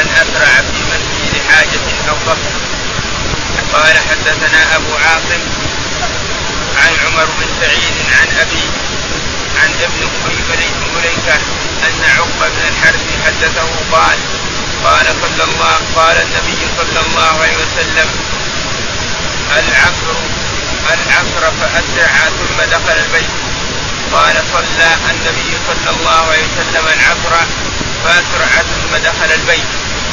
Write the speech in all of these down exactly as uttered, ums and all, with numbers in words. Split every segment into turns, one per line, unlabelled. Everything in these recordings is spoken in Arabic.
من أسرع في مشي لحاجة أو ضبط. قال حدثنا أبو عاصم عن عمر بن سعيد عن أبي عن ابن مليكة أن عقبة بن الحارث حدثه قال قال صلى الله قال النبي صلى الله عليه وسلم العصر العصر فأسرع ثم دخل البيت. قال صلى النبي صلى الله عليه وسلم العصر فأسرع ثم دخل البيت.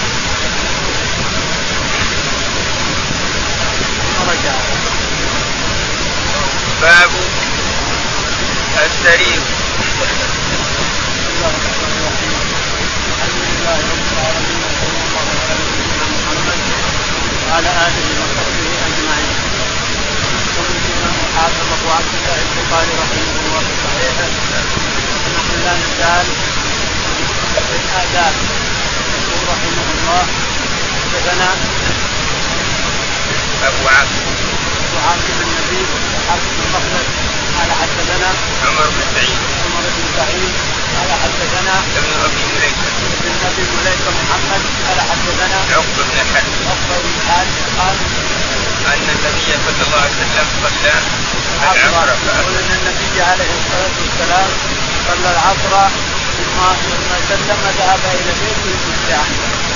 باب السرير.
وعلى آله وصحبه أجمعين. يقول الإمام الحافظ أبو عبد الله البخاري رحمه الله في صحيحه نحن لا نزال في الآداب. يقول رحمه الله حدثنا
أبو عاصم
أبو عاصم النبي حافظ المخلد قال حدثنا
عمر بن سعيد
عمر بن سعيد قال حدثنا
ابن أبي مليكة
ابن أبي مليكة محمد قال حدثنا
عقبة بن الحارث
عقبة بن الحارث قال
أن النبي صلى الله عليه وسلم صلى
العصر. يقول أن النبي عليه الصلاة والسلام صلى العصر ثم لما سلم ذهب إلى بيته بالساعة.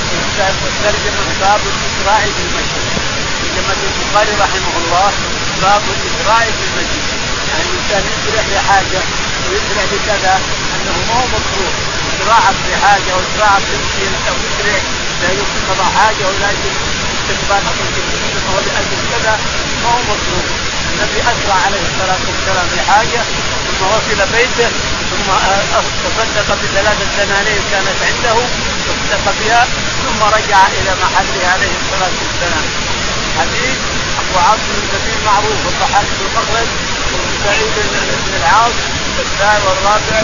ترجم باب الإسراع في المسجد. كما البخاري رحمه الله باب الإسراع في المسجد، يعني الإنسان يسرع لحاجة ويسرع لكذا أنه ما هو مكروه. إسراعك لحاجة وإسراعك تمشي أو يسرع لا يقضى حاجة ولا استقبال أو لأجل كذا ما هو مكروه. النبي أسرع عليه الصلاة والسلام لحاجة ثم وصل بيته ثم تصدق بثلاثة دنانير كانت عنده تصدق بها ثم رجع إلى محله عليه الصلاة والسلام. حديث أبو عاصم النبي معروف والضحاك بن مخلد وابن سعيد بن العاص والثاني والرابع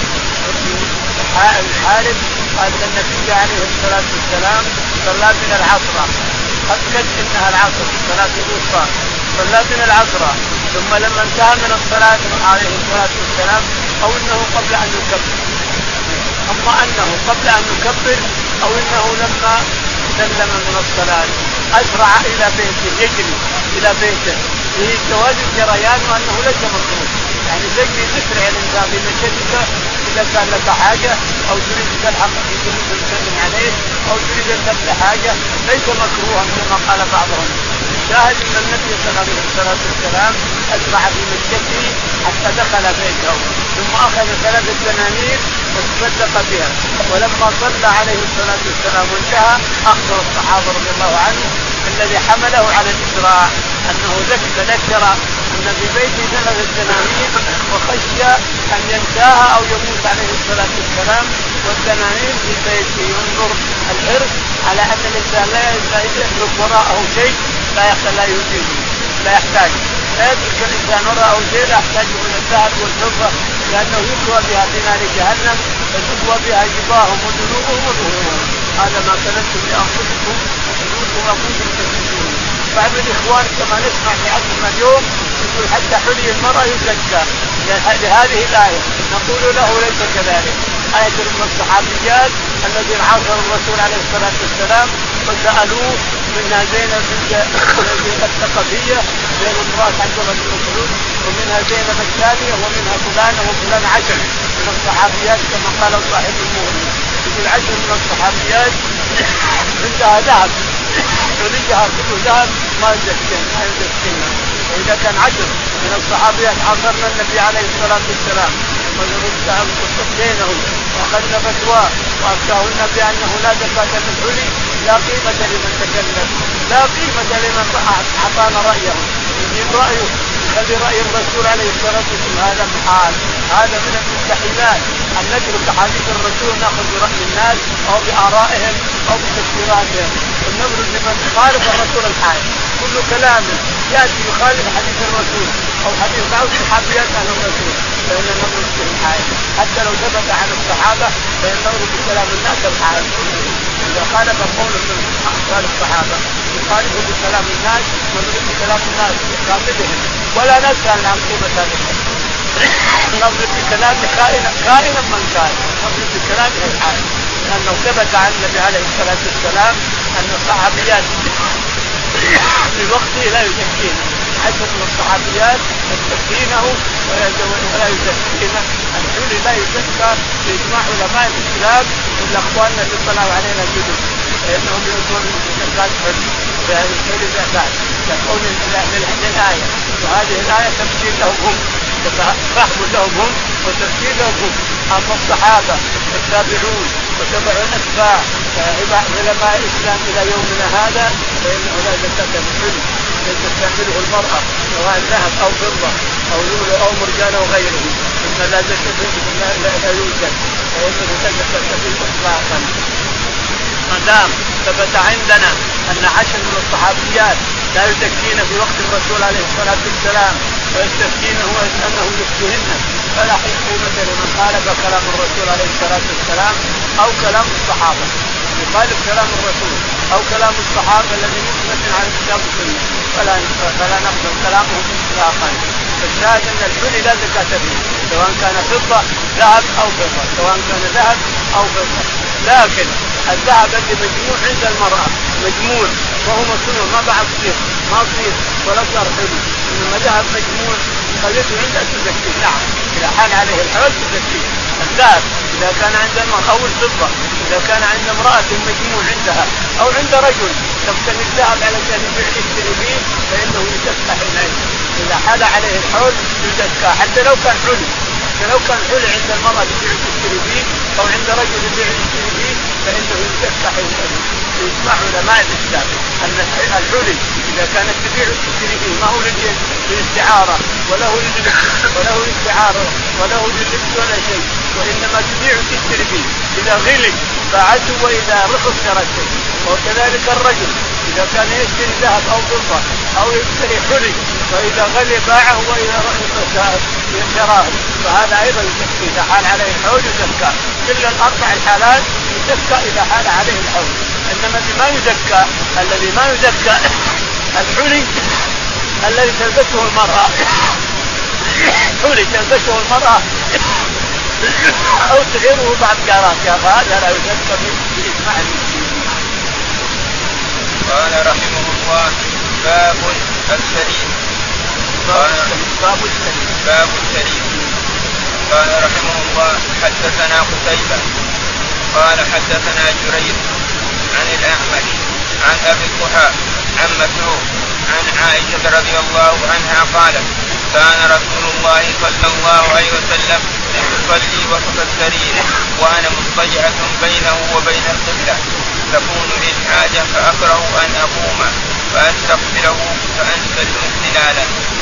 الحارث قال النبي عليه الصلاة والسلام صلى من العصر أكد إنها العصر صلاة الوسطى صلى من العصر ثم لما انتهى من الصلاة عليه الصلاة والسلام أو إنه قبل أن يكبر أما أنه قبل أن يكبر أو إنه لما سلم من الصلاة أسرع إلى بيته يجري إلى بيته في جواز الجريان وأنه ليس مكروه. يعني تجري تسرع الإنسان في مشيتك إذا كان لك حاجة أو تريد تلحق تريد تسلم عليه أو تريد أن تبدأ حاجة ليس مكروها كما قال بعضهم. شاهد أن النبي صلى الله عليه وسلم أسرع في مشيته حتى دخل بيته ثم أخذ ثلاثة دنانير وتصدق بها. ولما صلى عليه الصلاة والسلام وانتهى أخبر الصحابة رضي الله عنهم الذي حمله على الإسراع أنه ذكر أن في بيته ثلاثة دنانير وخشي أن ينساها أو يموت عليه الصلاة والسلام والدنانير في بيته. ينظر الحرص على أن الإنسان لا يترك وراءه شيء لا لا يوجد لا يحتاج لا يترك الإنسان وراءه شيء لا يحتاج من الذهب والفضة لأنه يكوى بها في نار جهنم فتكوى بها جباههم وجنوبهم وظهورهم. هذا ما كنتم لأنفسكم وجنوبكم وكنتم تكذبون. بعض الإخوان كما نسمع في عصرنا اليوم يقول حتى حلي المرأة يزكى لهذه الآية. نقول له ليس كذلك. آية من الصحابيات الذين عاصروا الرسول عليه الصلاة والسلام وسألوه منها زينب بنت الثقفية زينب امرأة عبد الله بن مسعود ومنها زينب الثانية ومنها فلانة وفلان عشر من الصحابيات كما قال صاحب المغني. يقول عشر من الصحابيات عندها ذهب ولدها كله ذهب ما يزكين ما يزكين. وإذا كان عشر من الصحابيات عاصرنا النبي عليه الصلاة والسلام وصدينهم وأخذنا فتواه وأفتاهن بأنه لا زكاة في الحلي لا قيمة لمن تكلم لا قيمة لمن أعطانا رأيه. يجيب رأيه يخلي رأي الرسول عليه الصلاة والسلام هذا محال. هذا من المستحيلات أن نترك حديث الرسول نأخذ برأي الناس أو بآرائهم أو بتفسيراتهم ونبرز لمن يخالف الرسول الحال. كل كلام يأتي يخالف حديث الرسول أو حديث بعض الصحابيات عن الرسول فإن نبرز به الحال حتى لو ثبت عن الصحابة فإن نبرز بكلام الناس الحال. إذا خالف قول من أقوال الصحابة يخالف بكلام الناس نبرز بكلام الناس كاتبهم ولا نسأل عن قيمة هذا نبرز بكلام كائنا كائنا من كان نبرز بكلام الحال. أنه ثبت عن النبي عليه الصلاة والسلام أن الصحابيات في وقته لا يزكين، حتى من الصحابيات يستكينه ولا يزكين. الحلي لا يزكى بإجماع علماء الإسلام إلا أخواننا اللي طلعوا علينا الجدد، فإنهم يقولون زكاة حلي الحلي زكاة يقول للآية، وهذه الآية تفسير لهم هم، فهم لهم هم وتفسير لهم هم. أما الصحابة التابعون وتبعوا الأتباع علماء الإسلام إلى يومنا هذا فإنه لا زكاة بالحلي الذي تعمله المرأة سواء ذهب أو فضة أو لؤلؤ أو مرجان أو غيره، إن لا زكاة لا, لا, لا يوجد، فإنه لا زكاة به إطلاقا. ما دام ثبت عندنا أن عشر من الصحابيات لا يزكين في وقت الرسول عليه الصلاة والسلام ويستفتين هو أنه يفتهن، فلا قيمة لمن خالف كلام الرسول عليه الصلاة والسلام أو كلام الصحابة، يخالف كلام الرسول أو كلام الصحابة الذي مثبت على الكتاب والسنة فلا فلا نقبل كلامهم إطلاقا. فالشاهد أن الحلي لا زكاة فيه سواء كان فضة ذهب أو فضة، سواء كان ذهب أو فضة. لكن الذهب الذي مجموع عند المرأة مجموع وهو مسنون ما بعد صير ما صير ولا صار حلي، إنما ذهب مجموع خليته عندها تزكيه. نعم إذا حال عليه الحول تزكيه الذهب إذا كان عند المرأة أو الفضة، إذا كان عند امرأة مجموع عندها أو عند رجل تقتني الذهب على أن يبيع يشتري به فإنه يزكى حينئذ. إذا حال عليه الحول يزكى حتى لو كان حلي، حتى لو كان حلي عند المرأة يبيع يشتري به أو عند رجل يبيع يشتري به فإنه يزكى حينئذ. يسمع علماء الإسلام أن الحلي إذا كانت تبيع تشتري به ما هو للاستعارة ولا هو ولا هو للاستعارة ولا هو للبس ولا شيء، وإنما تبيع تشتري به إذا غلي باعته وإذا رخص شرته. وكذلك الرجل إذا كان يشتري ذهب أو فضة أو يشتري حلي فإذا غلي باعه وإذا رخص شراه فهذا أيضا يزكى إذا حال عليه الحول يزكى. كل الأربع الحالات يزكى إذا حال عليه الحول. إنما الذي ما يزكى الذي ما يزكى الحلي الذي تلبسه المرأة، حلي تلبسه المرأة أو تعيره بعد جاراتها فهذا لا يزكى بإجماع المسلمين.
قال رحمه الله باب السرير.
باب السرير
باب السرير. قال رحمه الله حدثنا قتيبة قال حدثنا جرير عن الأعمش عن أبي الضحى عن مسروق عن عائشة رضي الله عنها قالت كان رسول الله صلى الله عليه وسلم يصلي وسط السرير وأنا مضطجعة بينه وبين القبلة تكون لي الحاجة فأكره أن أقوم فأستقبله فأنزل استلالا.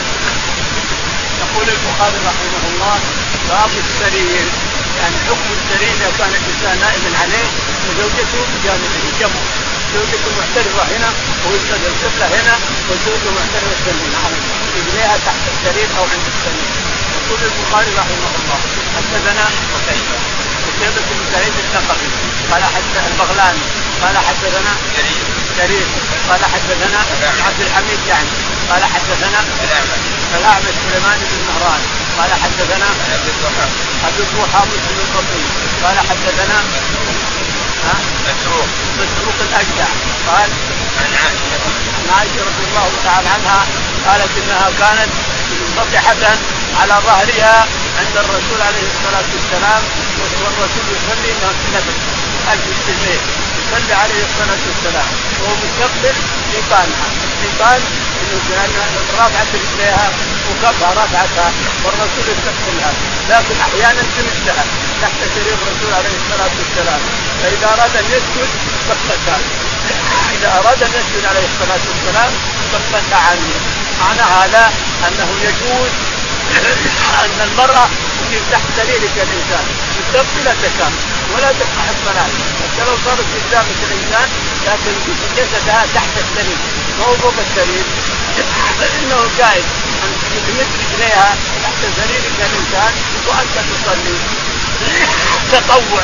يقول البخاري رحمه الله باب السرير، يعني حكم السرير إذا كان الإنسان نائم عليه وزوجته بجانبه جنبه، زوجته محترفة هنا ويستدل القبلة هنا وزوجته محترفة هنا رجليها تحت السرير أو عند السرير. يقول البخاري رحمه الله حدثنا قتيبة قتيبة بن سعيد الثقفي قال حتى البغلاني قال حدثنا جرير قال حدثنا عبد الحميد يعني قال حدثنا الأعمش سليمان بن مهران قال حدثنا أبي الضحى مسلم القطري قال حدثنا
مسروق
مسروق الأجدع قال
عن عائشة
عن عائشة رضي الله تعالى عنها قالت إنها كانت منطحة على ظهرها عند الرسول عليه الصلاة والسلام والرسول يصلي إنها تنفس أجل الليل يصلي عليه الصلاة والسلام وهو مستقبل حيطانها حيطان إنه رافعة رجليها وكفها رافعتها والرسول يستقبلها، لكن أحيانا تمسها تحت سرير الرسول عليه الصلاة والسلام فإذا أراد أن يسجد سقطها، إذا أراد أن يسجد عليه الصلاة والسلام سقطها عنه. معنى هذا أنه يجوز أن المرأة تجيب تحت سريرك الإنسان تستقبل الزكاة ولا تفتح الصلاة حتى لو صارت قدامك الإنسان لكن جسدها تحت السرير مو فوق السرير فإنه جائز أن تمد رجليها تحت سريرك الإنسان وأنت تصلي تطوع.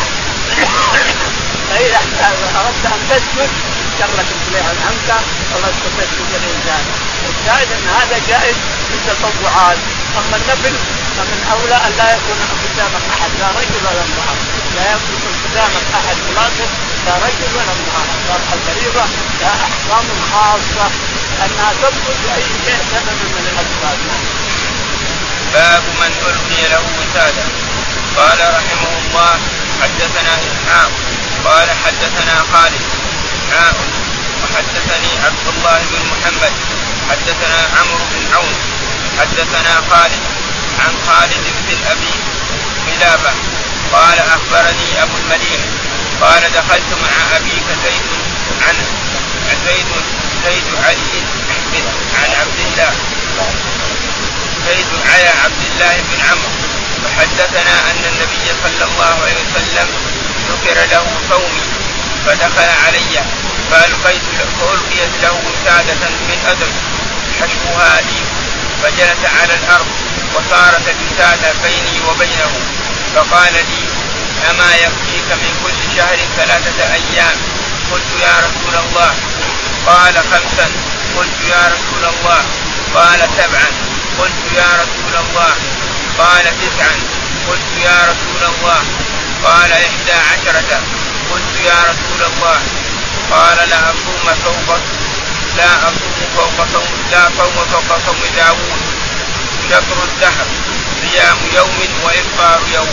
فإذا أردت أن تسجد شرك رجليها عنك الله تسجد الإنسان. الشاهد أن هذا جائز في التطوعات. أما النفل فمن أولى أن لا يكون قدامك أحد لا رجل ولا امرأة لا يملك قدامك احد يلاطف لا رجل ولا امراه. الفريضه لها احكام خاصه انها تبطل باي شيء سبب من الاسباب.
باب من ألقي له وسادة. قال رحمه الله حدثنا إسحاق قال حدثنا خالد حاء وحدثني عبد الله بن محمد حدثنا عمرو بن عون حدثنا خالد عن خالد بن أبي قلابة قال أخبرني أبو المليح قال دخلت مع أبيك زيد عن زيد زيد علي عن عبد الله زيد على عبد الله بن عمرو فحدثنا أن النبي صلى الله عليه وسلم ذكر له صومي فدخل علي فألقيت فألقيت له وسادة من أدم حشوها لي فجلس على الأرض وصارت الوسادة بيني وبينه فقال لي أما يكفيك من كل شهر ثلاثة أيام؟ قلت يا رسول الله. قال خمسا. قلت يا رسول الله. قال سبعا. قلت يا رسول الله. قال تسعا. قلت يا رسول الله. قال إحدى عشرة. قلت يا رسول الله. قال لا أصوم فوق لا أصوم فوق صوم لا صوم فوق صوم داوود شطر الدهر صيام يوم وإفطار يوم.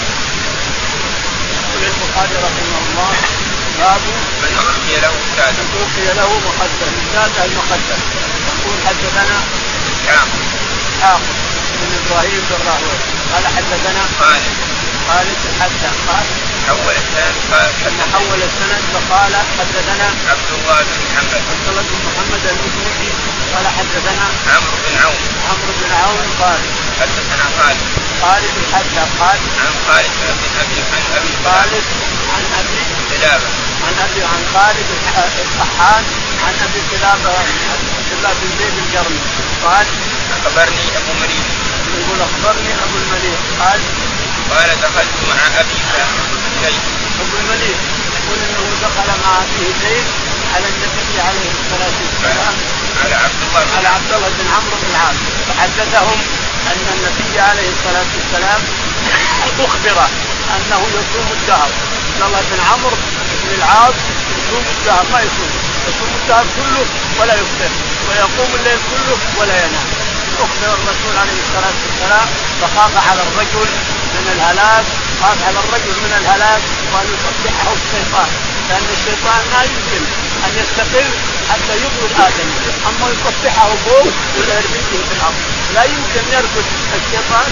يقول البخاري رحمه الله باب
من ألقي له وسادة.
من ألقي له مقدم وسادة المقدم. يقول حدثنا
نعم
حاق بن إبراهيم بن راهوي قال حدثنا
خالد
خالد حتى قال
حول السند قال
حدثنا حول السند فقال حدثنا
عبد الله بن محمد
عبد الله بن محمد المسندي قال حدثنا
عمرو بن عون
عمرو بن عون قال
حدثنا خالد
خالد حتى قال
عن خالد بن ابي عن ابي
خالد عن ابي
قلابه
عن ابي عن خالد الطحان عن ابي قلابه عبد الله بن زيد الجرمي قال
اخبرني ابو مريم
يقول اخبرني ابو المليح قال
قال دخلت مع ابي زيد
ابو المليح يقول انه دخل مع ابيه زيد على النبي عليه الصلاه والسلام
على عبد الله
على عبد الله بن عمرو بن العاص فحدثهم ان النبي عليه الصلاه والسلام اخبر انه يصوم الدهر. عبد الله بن عمرو بن العاص يصوم الدهر ما يصوم يصوم الدهر كله ولا يفطر ويقوم الليل كله ولا ينام. اخبر الرسول عليه الصلاه والسلام فخاف على الرجل من الهلاك خاف على الرجل من الهلاك وان يصبحه الشيطان لان الشيطان لا يمكن ان يستقل حتى يبلغ ادم اما يصبحه فوق ويرميه في الارض لا يمكن يركض الشيطان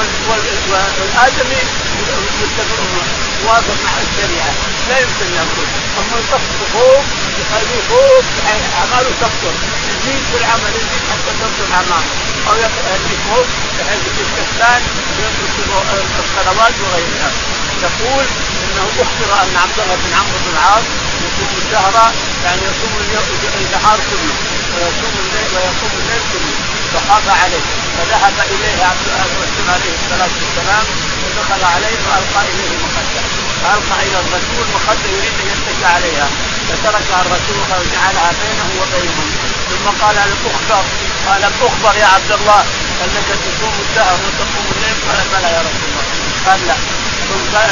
والادمي يوافق مع الشريعه لا يمكن يركض اما يصبحه فوق يخليه فوق اعماله تكثر يزيد في العمل يزيد حتى تكثر اعماله او يخليه فوق بحيث يصير كسلان ويترك الصلوات وغيرها. يقول انه اخبر ان عبد الله بن عمرو بن العاص يصوم الدهر يعني يصوم النهار كله ويصوم الليل ويصوم الليل كله فخاف عليه فذهب اليه عبد الرسول عليه الصلاه والسلام ودخل عليه والقى اليه مخده فالقى الى الرسول مخده يريد ان يتكى عليها فتركها الرسول وجعلها بينه وبينهم ثم قال له اخبر قال اخبر يا عبد الله انك تصوم الدهر وتقوم الليل قال بلى يا رسول الله قال لا ثم قال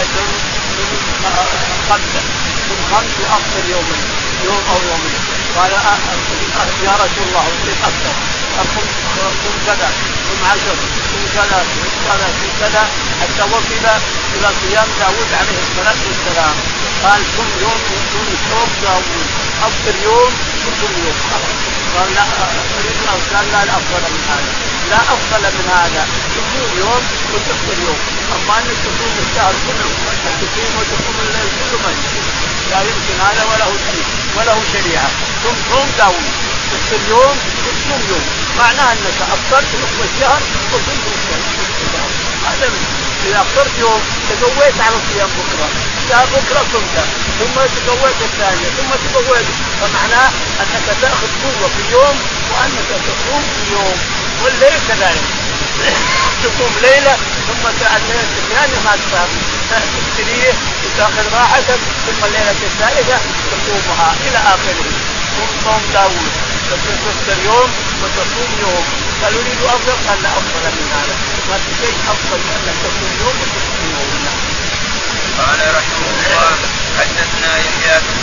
خمسه ثم خمس وافطر يوما يوم او يومين قال يا رسول الله اريد اكثر ثم كذا ثم عشر ثم كذا ثم كذا ثم كذا حتى وصل الى صيام داود عليه الصلاه والسلام قال ثم يوم ثم صوم داود افطر يوم وثم يوم قال لا اريد قال لا افضل من هذا لا افضل من هذا تصوم يوم وتفطر يوم اما انك تصوم الشهر كله تصوم وتصوم الليل كله ما يمكن لا يمكن هذا وله دين وله شريعه ثم صوم داود تفطر يوم وتصوم يوم معناه انك افطرت نصف الشهر وصمت الشهر هذا اذا افطرت يوم تقويت على الصيام بكره لا بكره صمت ثم تقويت الثانيه ثم تقويت فمعناه انك تاخذ قوه في يوم وانك تصوم في يوم والليل كذلك تصوم ليله ثم الليله الثانيه ما تستريح وتاخذ راحتك ثم الليله الثالثه تصومها الى اخره. ثم صوم داود تفطر يوم وتصوم يوم قال يريد افضل قال لا افضل من هذا ما في شيء افضل من انك تصوم يوم وتصوم يوم.
قال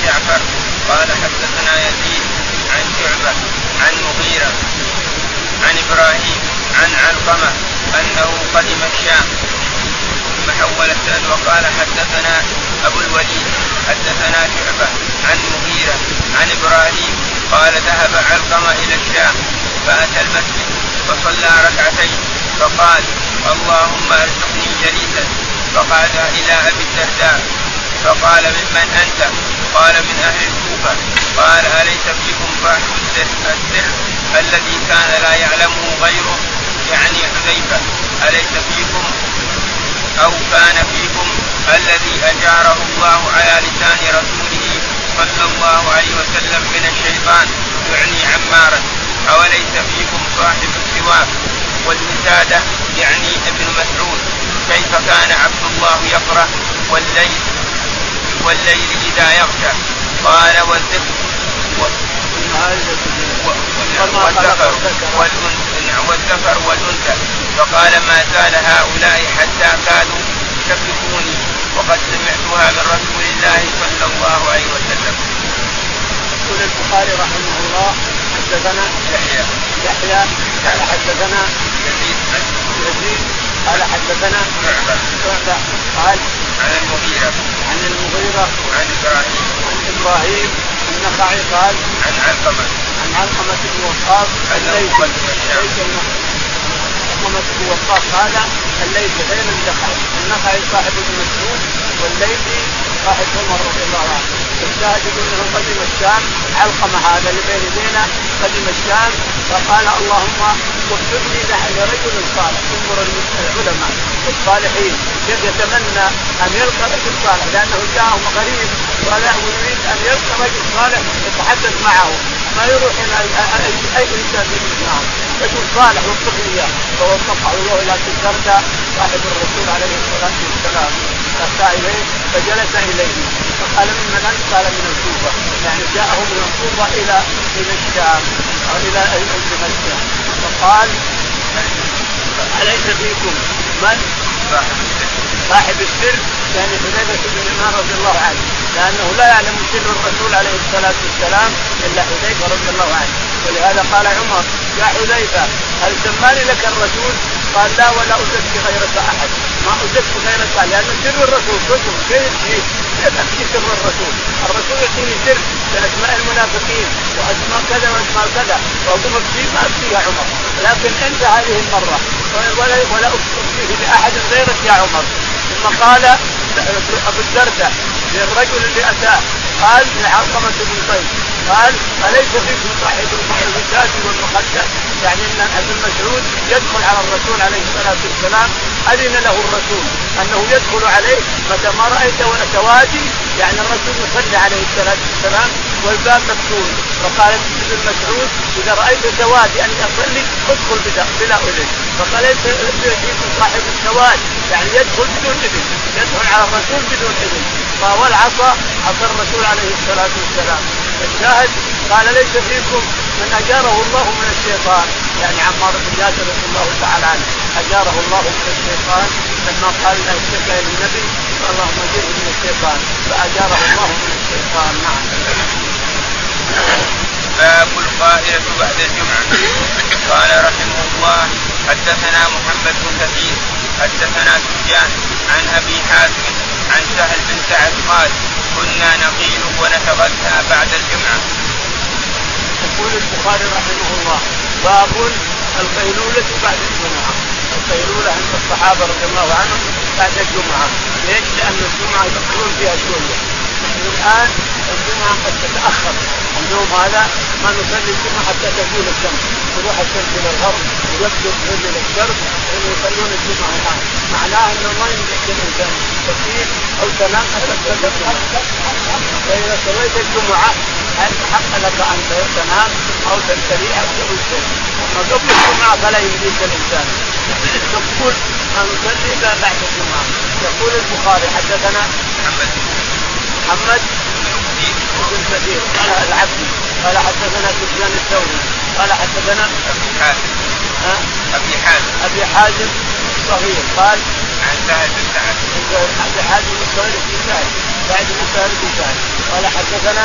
جعفر قال حدثنا يزيد عن شعبة عن مغيرة عن إبراهيم عن علقمة أنه قدم الشام. ثم حول السند وقال حدثنا أبو الوليد حدثنا شعبة عن مغيرة عن إبراهيم قال ذهب علقمة إلى الشام فأتى المسجد فصلى ركعتين فقال اللهم ارزقني جليسا فقعد إلى أبي الدرداء فقال ممن أنت؟ قال من أهل الكوفة. قال أليس فيكم صاحب السر الذي كان لا يعلمه غيره يعني حذيفة؟ أليس فيكم أو كان فيكم الذي أجاره الله على لسان رسوله صلى الله عليه وسلم من الشيطان يعني عمارا؟ أوليس فيكم صاحب السواك والوسادة يعني ابن مسعود؟ كيف كان عبد الله يقرأ والليل والليل إذا يغشى؟ قال والذكر والذكر والأنثى. فقال ما زال هؤلاء حتى كادوا يكفروني وقد سمعتها من رسول الله صلى الله عليه وسلم.
يقول البخاري رحمه الله حدثنا
يحيى
يحيى قال حدثنا
يزيد
يزيد قال حدثنا
شعبة
شعبة قال
عن المغيرة
عن المغيرة
عن إبراهيم
عن إبراهيم النخعي قال
عن علقمة
عن علقمة بن وقاص الليثي علقمة بن وقاص هذا الليثي غير النخعي. النخعي صاحب ابن مسعود والليثي صاحب عمر رضي الله عنه. الشاهد يقول انه قدم الشام علقمة هذا اللي بين يدينا قدم الشام فقال اللهم وفقني لرجل صالح. انظر العلماء الصالحين كيف يتمنى ان يلقى رجل صالح لانه جاءهم غريب ولا يريد ان يلقى رجل صالح يتحدث معه ما يروح الى اي انسان معه رجل صالح وفقني اياه. فوفقه الله الى تلك صاحب الرسول عليه الصلاه والسلام فأتى إليه فجلس إليه فقال ممن أنت؟ قال من الكوفة يعني جاءه من الكوفة إلى إلى الشام أو إلى دمشق. فقال أليس فيكم من صاحب السر يعني حذيفة بن اليمان رضي الله عنه لأنه لا يعلم سر الرسول عليه الصلاة والسلام إلا حذيفة رضي الله عنه. ولهذا قال عمر يا حذيفة هل سماني لك الرسول؟ قال لا ولا أزكي غيرك أحد ما أزكي غيرك لأن سر الرسول كتب كيف كيف أحكي سر الرسول؟ الرسول يعطيني سر بأسماء المنافقين وأسماء كذا وأسماء كذا وأقوم أبكي ما أبكيها عمر لكن أنت هذه المرة ولا ولا أبكيه لأحد غيرك يا عمر. ثم قال أبو الدرداء للرجل اللي أتاه قال لعلقمة بن قيس قال أليس فيكم صاحب الوساد والمخدة يعني أن ابن مسعود يدخل على الرسول عليه الصلاة والسلام أذن له الرسول أنه يدخل عليه متى ما رأيت وأتوادي يعني الرسول يصلي عليه الصلاة والسلام والباب مفتوح. فقال ابن مسعود إذا رأيت توادي أن أصلي ادخل بلا أذن. فقال ليس فيكم صاحب السواد يعني يدخل بدون إذن يدخل على الرسول بدون إذن. فهو العصا عصا الرسول عليه الصلاة والسلام. الشاهد قال ليس فيكم من أجاره الله من الشيطان يعني عمار بن ياسر رضي الله تعالى عنه أجاره الله من الشيطان لما قال لا اشتكى للنبي اللهم اجره من الشيطان فأجاره الله من الشيطان. نعم.
باب القائلة بعد الجمعة. قال رحمه الله حدثنا محمد بن كثير حدثنا سفيان عن أبي حازم عن سهل بن سعد قال كنا نقيل ونتغدى بعد الجمعة.
يقول البخاري رحمه الله باب القيلولة بعد الجمعة. القيلولة عند الصحابة رضي الله عنهم بعد الجمعة. ليش؟ لأن الجمعة يدخلون فيها شوية. نحن الآن الجمعة قد تتأخر اليوم هذا ما نصلي الجمعة حتى تزول الشمس تروح الشمس إلى الغرب ويبدو تنزل الشمس ويصلون الجمعة الآن معناه أنه ما يمكن الإنسان تسير أو تنام حتى تزول. فإذا صليت الجمعة هل حق لك أن تنام أو تستريح أو تقول شيء. أما قبل الجمعة فلا يملك الإنسان تقول أن نصلي بعد الجمعة. يقول البخاري حدثنا
محمد
محمد بن كثير قال العبدي قال حدثنا سفيان الثوري قال حدثنا
أبي حازم أبي حازم
أبي حازم الصغير قال
عن سهل بن سعد
أبي حازم الصغير بن سعد بعد سهل بن سعد قال حدثنا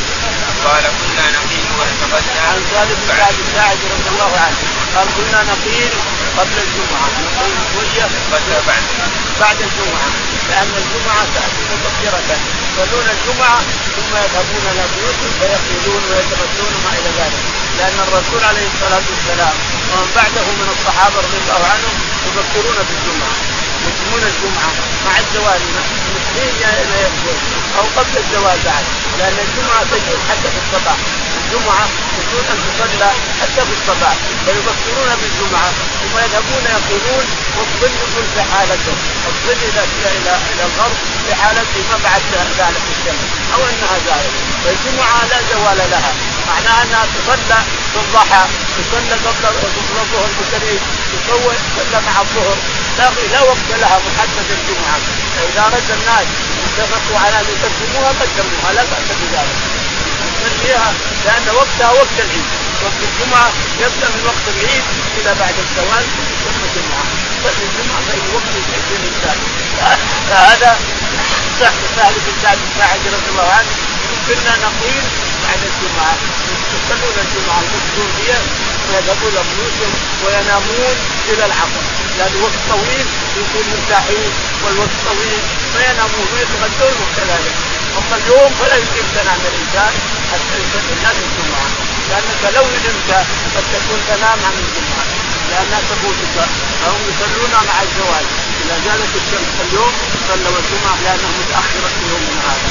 قال كنا نقيل ونتغدى
عن سالم بن سعد الساعدي رضي الله عنه قال كنا نقيل قبل الجمعة نقيل شوية
بعد
بعد الجمعة لأن الجمعة تأتي مبكرة يصلون الجمعة ثم يذهبون إلى بيوتهم فيقيلون ويتغدون ما إلى ذلك لأن الرسول عليه الصلاة والسلام ومن بعده من الصحابة رضي الله عنهم يبكرون في الجمعة يقيمون الجمعة مع الزوال مسلمين يقول أو قبل الزوال بعد لأن الجمعة تجوز حتى في الصباح الجمعة تجوز أن تصلى حتى في الصباح فيبكرون بالجمعة ثم يذهبون يقيمون والظل يكون في حالته الظل إذا إلى إلى الغرب في حالته ما بعد زالت الشمس أو أنها زالت فالجمعة لا زوال لها معناها أنها تصلى في الضحى تصلى قبل الظهر بقليل تصلى مع الظهر لا وقت لها محدد الجمعة فإذا رد الناس اتفقوا على أن يقدموها قدموها لا بأس بذلك نصليها لأن وقتها وقت العيد وقت الجمعة يبدأ من وقت العيد إلى بعد الزوال ثم الجمعة صلي الجمعة في وقت يحب الإنسان فهذا سهل بن سعد الساعدي رضي الله عنه كنا نقيل بعد الجمعة يصلون الجمعة المقصود بها ويذهبون بيوتهم وينامون إلى العصر لأن الوقت طويل يكون مرتاحين والوقت طويل فينامون ويتغدون وكذلك أما اليوم فلا يمكن تنام الإنسان حتى يصلي الناس الجمعة لأنك لو نمت قد تكون تنام عن الجمعة لأنها تفوتك فهم يصلون مع الزواج إذا زالت الشمس اليوم صلوا الجمعة لأنها متأخرة في يوم هذا.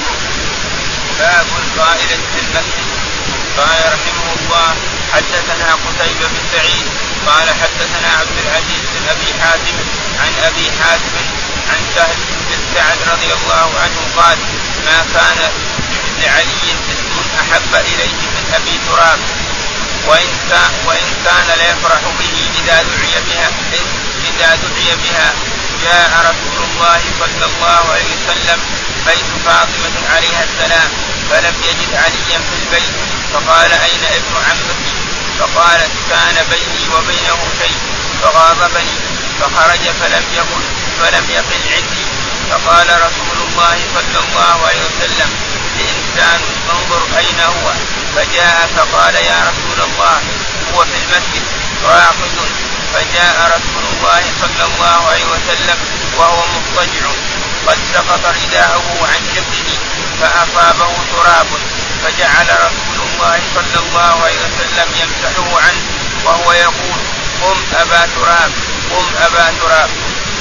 باب القائلة في المسجد. قال رحمه الله حدثنا قتيبة بن سعيد قال حدثنا عبد العزيز بن أبي حاتم عن أبي حاتم عن سهل بن سعد رضي الله عنه قال ما كان لعلي اسم أحب إليه من أبي تراب وإن كان, وإن كان ليفرح به إذا دعي بها إذا دعي بها. جاء رسول الله صلى الله عليه وسلم بيت فاطمة عليها السلام فلم يجد عليا في البيت فقال أين ابن عمك؟ فقالت كان بيني وبينه شيء فغاضبني فخرج فلم يقل فلم يقل عندي. فقال رسول الله صلى الله عليه وسلم لإنسان انظر أين هو؟ فجاء فقال يا رسول الله هو في المسجد راقد. فجاء رسول الله صلى الله عليه وسلم وهو مضطجع قد سقط رداءه عن جبهه فأصابه تراب فجعل رسول الله صلى الله عليه وسلم يمسحه عنه وهو يقول قم أبا تراب قم أبا تراب.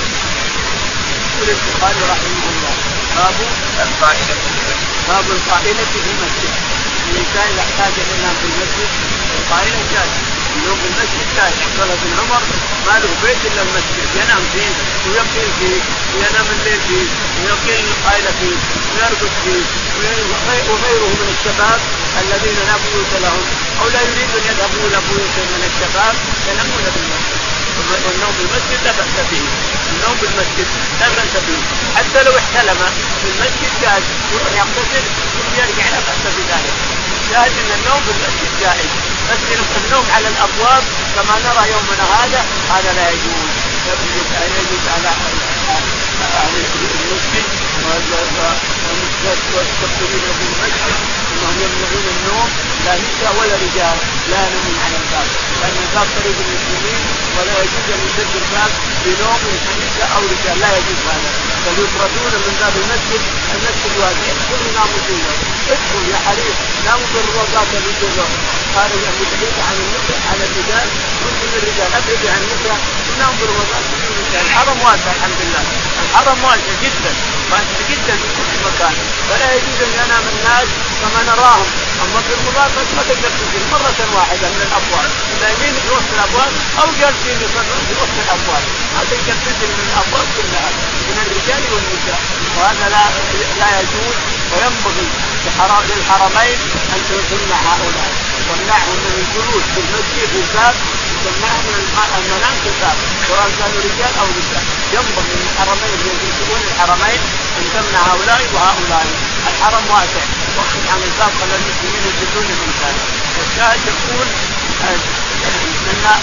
يقول البخاري رحمه الله باب
القائلة
باب القائلة في المسجد. الإنسان يحتاج إلى النوم في المسجد القائلة جائز النوم في المسجد جائز. عبد الله بن عمر ما له بيت إلا المسجد ينام فيه ويقيل فيه وينام الليل فيه ويقيل القائلة فيه ويرقد فيه وغيره من الشباب الذين لا بيوت لهم أو لا يريد أن يذهبوا إلى بيوت من الشباب ينامون في المسجد. والنوم في المسجد لا بأس به النوم في المسجد لا بأس به حتى لو احتلم في المسجد جائز يروح يغتسل ويرجع لا بأس بذلك. شاهد ان النوم في المسجد جائز بس النوم على الابواب كما نرى يومنا هذا هذا لا يجوز. يجوز على اهل المسجد والمستقبلين في المسجد انهم يمنعون النوم لا نساء ولا رجال لا ينامون على الباب لان الباب طريق المسلمين ولا يجوز ان يسد الباب بنوم نساء او رجال لا يجوز هذا بل يطردون من باب المسجد. المسجد واسع كل ناموا فيه ادخل يا حريص ناموا بالروضات بالجزر قال يا مدعيك عن النساء على الرجال كنت من الرجال ابعد عن النساء ونام بالروضات بالنساء. الحرم واسع الحمد لله الحرم واسع جدا واسع جدا في كل مكان فلا يجوز ان ينام الناس كما نراهم. اما في المضاد بس ما تقدر تنزل مرة واحدة من الابواب نايمين في وسط الابواب او جالسين يصلون في وسط الابواب ما تقدر تنزل من الابواب كلها من الرجال والنساء وهذا لا لا يجوز. وينبغي للحرمين ان تمنع هؤلاء تمنعهم من الجلوس في المسجد في الباب تمنعهم من المنام في الباب سواء كانوا رجال او نساء. ينبغي للحرمين يجلسون الحرمين ان تمنع هؤلاء وهؤلاء. الحرم واسع واخذ عن الباب على المسلمين يجلسون الانسان. والشاهد يقول ان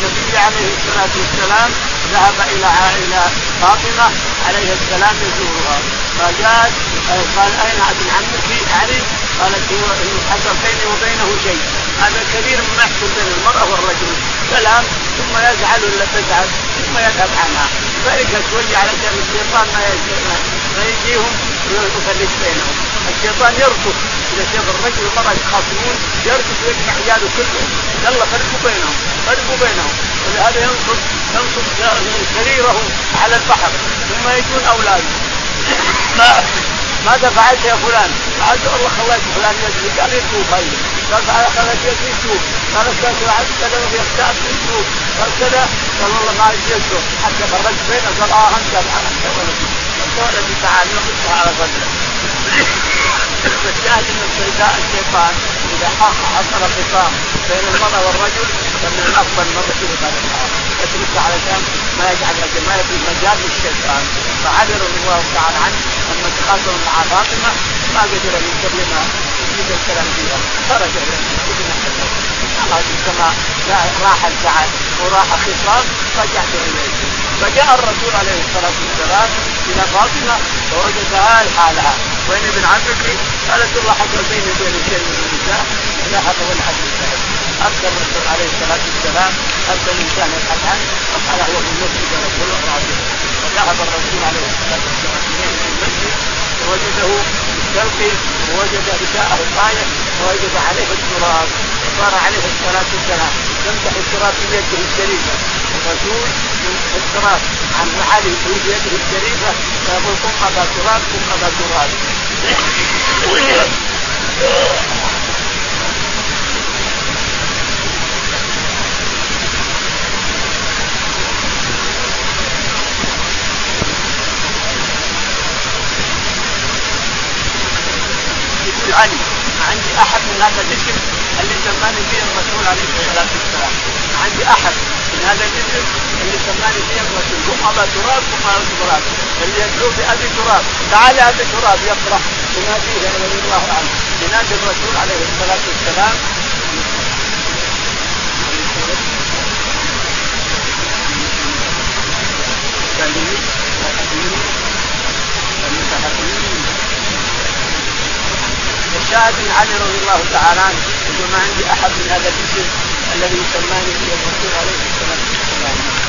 النبي عليه الصلاة والسلام ذهب إلى عائلة فاطمة عليه السلام يزورها، فجاءت قال أين ابن عمك علي؟ قالت هو حصل بيني وبينه شيء، هذا كبير مما يحصل بين المرأة والرجل، كلام ثم يزعل ولا تزعل ثم يذهب عنها، فإجا شوية على شأن الشيطان ما يجيهم ما يجيهم ويفرق بينهم. الشيطان يركض إذا شاف الرجل والمرأة يتخاصمون يركض ويجمع عياله كلهم، يلا فرقوا بينهم فرقوا بينهم، ولهذا ينصب ينصب سريره على البحر ثم يجون أولاده ما ماذا فعلت يا فلان؟ قال والله خليت فلان يجري، قال يتوب هاي، قال خليت يجري يتوب، قال فعلت كذا ويختار يتوب، قال كذا، قال والله ما يجلسه حتى فرقت بينه، قال اه انت انت ولدي انت ولدي تعال نقصها على صدره. فالشاهد ان الشيطان الشيطان اذا حصل خصام بين المرأة والرجل فمن الافضل مرة يبقى يترك علشان ما يجعل ما يكون مجال للشيطان. فعلي رضي الله تعالى عنه لما تخاصم مع فاطمة ما قدر ان يكلم يجيب الكلام فيها، خرج خلاص كما راح الزعل وراح خصام رجعت اليه. فجاء الرسول عليه الصلاة والسلام إلى فاطمة فوجدها حالها، وين ابن عمك؟ قالت الله حصل بيني وبين شيء من النساء ذهب والحديث ذهب. أرسل الرسول عليه الصلاة والسلام أرسل الإنسان يبحث عنه فقال هو في المسجد ورسول راجع. فذهب الرسول عليه الصلاة والسلام إليه في المسجد ووجده يستلقي ووجد رداءه طايح ووجد عليه التراب، صار عليه الصلاة والسلام يمسح التراب بيده الشريفة. الرسول يمسح التراب عن علي بيده الشريفة فيقول قم أبا تراب قم أبا تراب. يقول علي عندي أحد من هذا الاسم اللي سماني فيه الرسول عليه الصلاة والسلام، عندي أحد من هذا الاسم اللي سماني فيه الرسول، قم أبا تراب قم أبا تراب، اللي يدعو بأبي تراب تعال أبي تراب يفرح يناديه رضي الله عنه، ينادي الرسول عليه الصلاة والسلام الشاهد من علي رضي الله تعالى عنه يقول ما عندي أحد من هذا الاسم الذي سماني فيه الرسول عليه الصلاة والسلام.